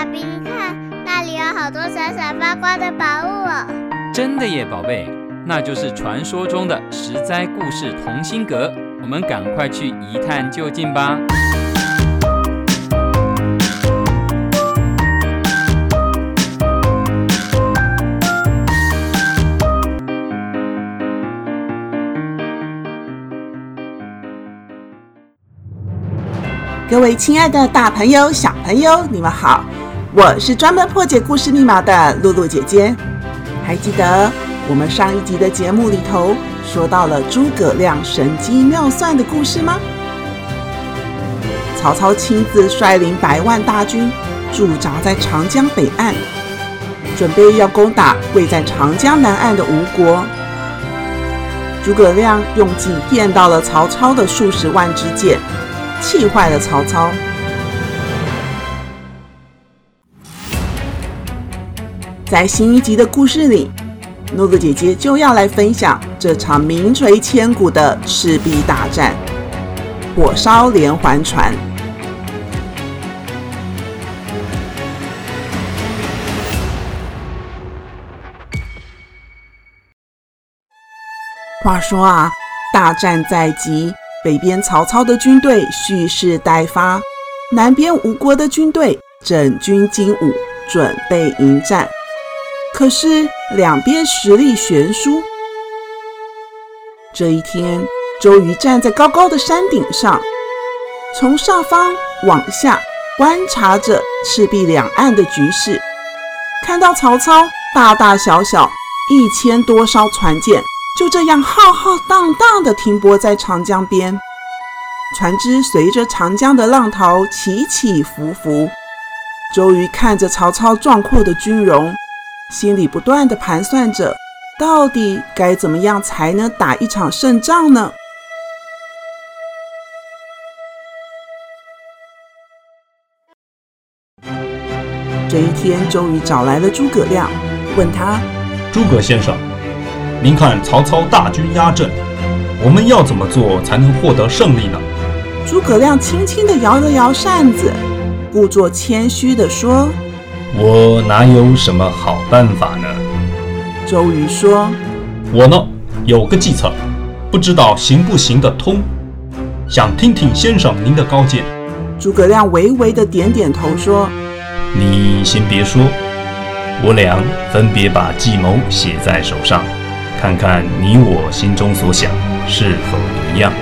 爸比，你看那里有好多闪闪发光的宝物哦。 真的耶，宝贝，那就是传说中的十灾故事同心阁，我们赶快去一探究竟吧。 各位亲爱的大朋友小朋友，你们好，我是专门破解故事密码的露露姐姐。还记得我们上一集的节目里头说到了诸葛亮神机妙算的故事吗？曹操亲自率领100万大军驻扎在长江北岸，准备要攻打位在长江南岸的吴国。诸葛亮用计骗到了曹操的数十万支箭，气坏了曹操。在新一集的故事里，露露姐姐就要来分享这场名垂千古的赤壁大战——火烧连环船。话说啊，大战在即，北边曹操的军队蓄势待发，南边吴国的军队整军精武，准备迎战。可是两边实力悬殊。这一天，周瑜站在高高的山顶上，从上方往下观察着赤壁两岸的局势，看到曹操大大小小1000多艘船舰就这样浩浩荡荡地停泊在长江边，船只随着长江的浪涛起起伏伏。周瑜看着曹操壮阔的军容，心里不断地盘算着，到底该怎么样才能打一场胜仗呢？这一天，周瑜找来了诸葛亮，问他： 诸葛先生，您看曹操大军压阵，我们要怎么做才能获得胜利呢？ 诸葛亮轻轻地摇了摇扇子，故作谦虚地说： 我哪有什么好办法呢？ 周瑜说： 我呢，有个计策，不知道行不行得通，想听听先生您的高见。 诸葛亮微微地点点头说： 你先别说，我俩分别把计谋写在手上，看看你我心中所想是否一样。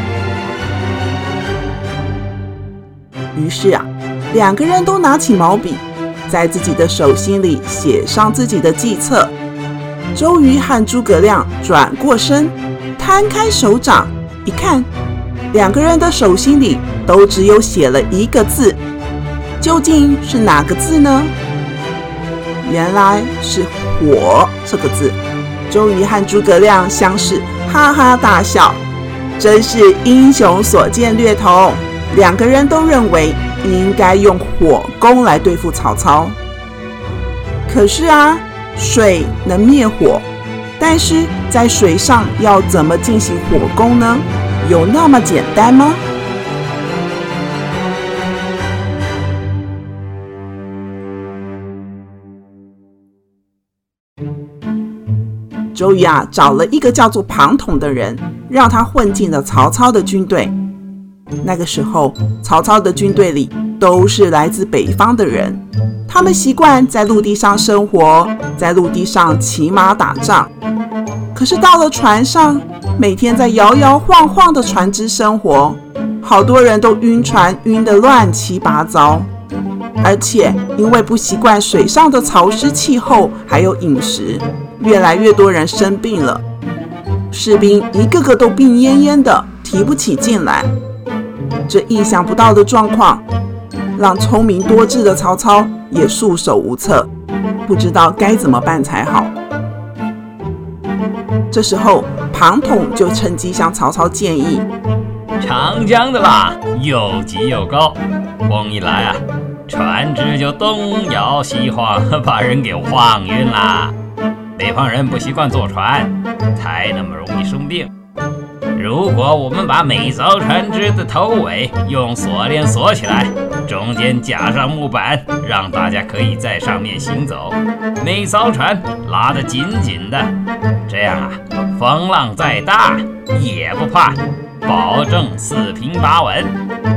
于是啊，两个人都拿起毛笔，在自己的手心里写上自己的计策。周瑜和诸葛亮转过身，摊开手掌，一看，两个人的手心里都只有写了一个字，究竟是哪个字呢？原来是火这个字。周瑜和诸葛亮相视，哈哈大笑，真是英雄所见略同。两个人都认为应该用火攻来对付曹操。可是啊，水能灭火，但是在水上要怎么进行火攻呢？有那么简单吗？周瑜啊，找了一个叫做庞统的人，让他混进了曹操的军队。那个时候，曹操的军队里都是来自北方的人，他们习惯在陆地上生活，在陆地上骑马打仗。可是到了船上，每天在摇摇晃晃的船只生活，好多人都晕船，晕得乱七八糟。而且因为不习惯水上的潮湿气候，还有饮食，越来越多人生病了。士兵一个个都病恹恹的，提不起劲来。这意想不到的状况，让聪明多智的曹操也束手无策，不知道该怎么办才好。这时候，庞统就趁机向曹操建议： 长江的浪又急又高，风一来啊，船只就东摇西晃，把人给晃晕啦。北方人不习惯坐船，才那么容易生病。 如果我们把每艘船只的头尾用锁链锁起来，中间加上木板，让大家可以在上面行走，每艘船拉得紧紧的，这样啊，风浪再大也不怕，保证四平八稳。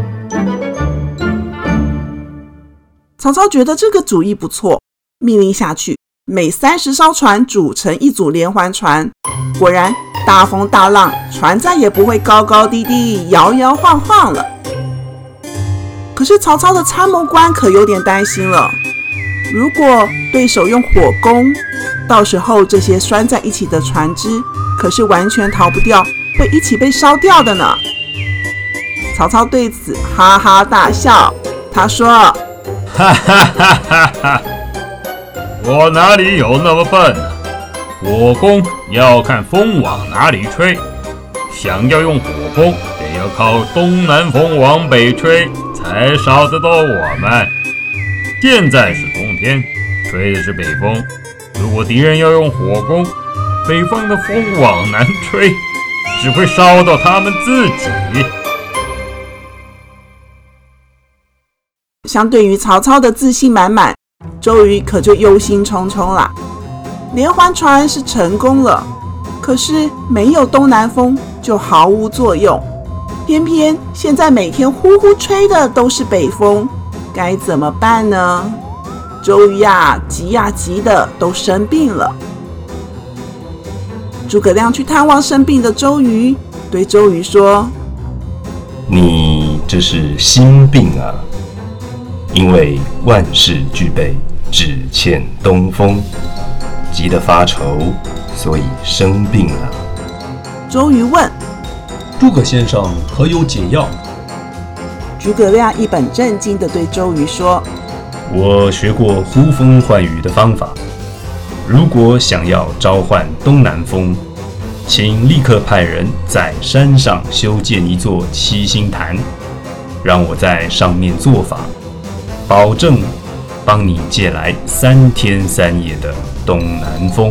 曹操觉得这个主意不错，命令下去，每30艘船组成一组连环船。果然，大风大浪，船再也不会高高低低、摇摇晃晃了。可是曹操的参谋官可有点担心了，如果对手用火攻，到时候这些拴在一起的船只可是完全逃不掉，会一起被烧掉的呢。曹操对此哈哈大笑，他说： 哈哈哈哈哈！我哪里有那么笨呢？火攻要看风往哪里吹，想要用火攻，得要靠东南风往北吹，才烧得到我们。现在是冬天，吹的是北风，如果敌人要用火攻，北方的风往南吹，只会烧到他们自己。 相对于曹操的自信满满，周瑜可就忧心忡忡啦。连环船是成功了，可是没有东南风就毫无作用，偏偏现在每天呼呼吹的都是北风，该怎么办呢？周瑜急急的都生病了。诸葛亮去探望生病的周瑜，对周瑜说： 你这是心病啊，因为万事俱备，只欠东风，急得发愁，所以生病了。 周瑜问： 诸葛先生可有解药？ 诸葛亮一本正经地对周瑜说： 我学过呼风唤雨的方法，如果想要召唤东南风，请立刻派人在山上修建一座七星坛，让我在上面做法，保证帮你借来3天3夜的东南风。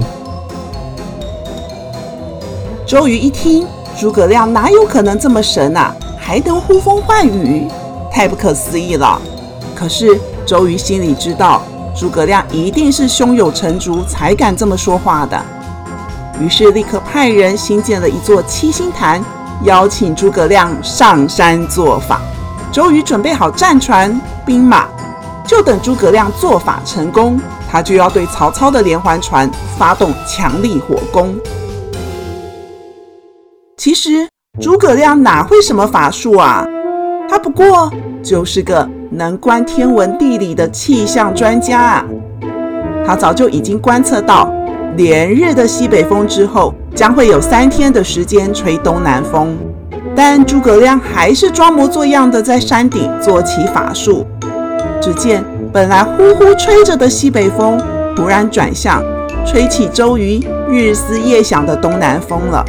周瑜一听，诸葛亮哪有可能这么神啊，还能呼风唤雨，太不可思议了。可是周瑜心里知道，诸葛亮一定是胸有成竹才敢这么说话的，于是立刻派人新建了一座七星坛，邀请诸葛亮上山做法。周瑜准备好战船兵马，就等诸葛亮做法成功，他就要对曹操的连环船发动强力火攻。其实诸葛亮哪会什么法术啊，他不过就是个能观天文地理的气象专家啊。他早就已经观测到连日的西北风之后，将会有3天的时间吹东南风，但诸葛亮还是装模作样的在山顶做起法术。只见本来呼呼吹着的西北风，突然转向，吹起周瑜日思夜想的东南风了。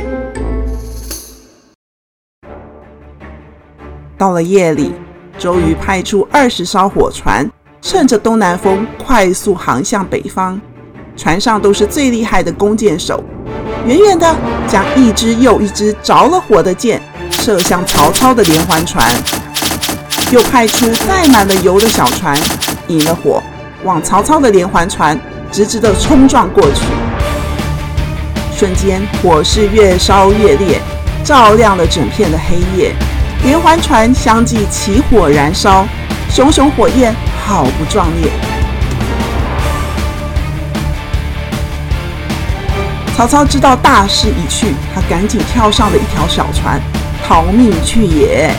到了夜里，周瑜派出20艘火船，趁着东南风快速航向北方，船上都是最厉害的弓箭手，远远的将一支又一支着了火的箭射向曹操的连环船，又派出载满了油的小船，引了火，往曹操的连环船直直的冲撞过去。瞬间火势越烧越烈，照亮了整片的黑夜，连环船相继起火燃烧，熊熊火焰好不壮烈。曹操知道大势已去，他赶紧跳上了一条小船，逃命去也。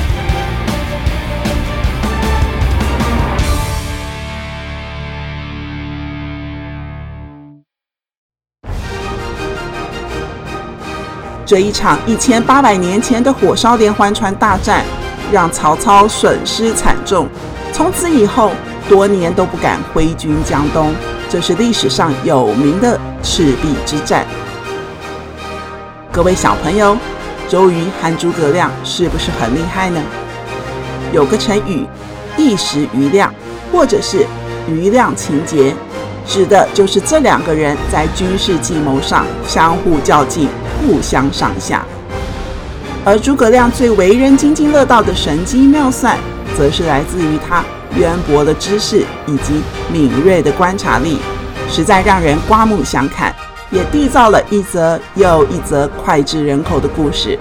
这一场1800年前的火烧连环船大战，让曹操损失惨重，从此以后多年都不敢挥军江东，这是历史上有名的赤壁之战。各位小朋友，周瑜和诸葛亮是不是很厉害呢？有个成语一时瑜亮，或者是瑜亮情节，指的就是这2个人在军事计谋上相互较劲，互相上下。 而诸葛亮最为人津津乐道的神机妙算，则是来自于他渊博的知识以及敏锐的观察力，实在让人刮目相看，也缔造了一则又一则脍炙人口的故事。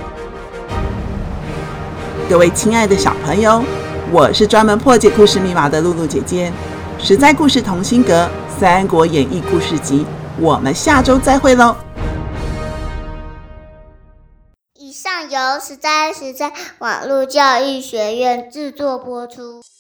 各位亲爱的小朋友，我是专门破解故事密码的露露姐姐。实在故事同心阁《三国演义》故事集，我们下周再会喽。 以上由实在网络教育学院制作播出。